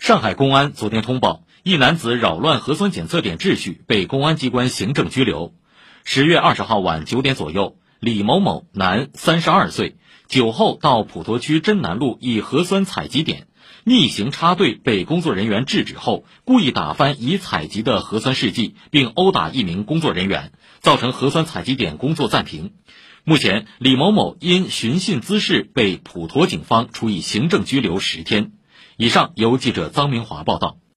上海公安昨天通报，一男子扰乱核酸检测点秩序，被公安机关行政拘留。10月20号晚9点左右，李某某，男，32岁，酒后到普陀区真南路一核酸采集点，逆行插队被工作人员制止后，故意打翻已采集的核酸试剂，并殴打一名工作人员，造成核酸采集点工作暂停。目前，李某某因寻衅滋事被普陀警方处以行政拘留10天。以上由记者臧明华报道。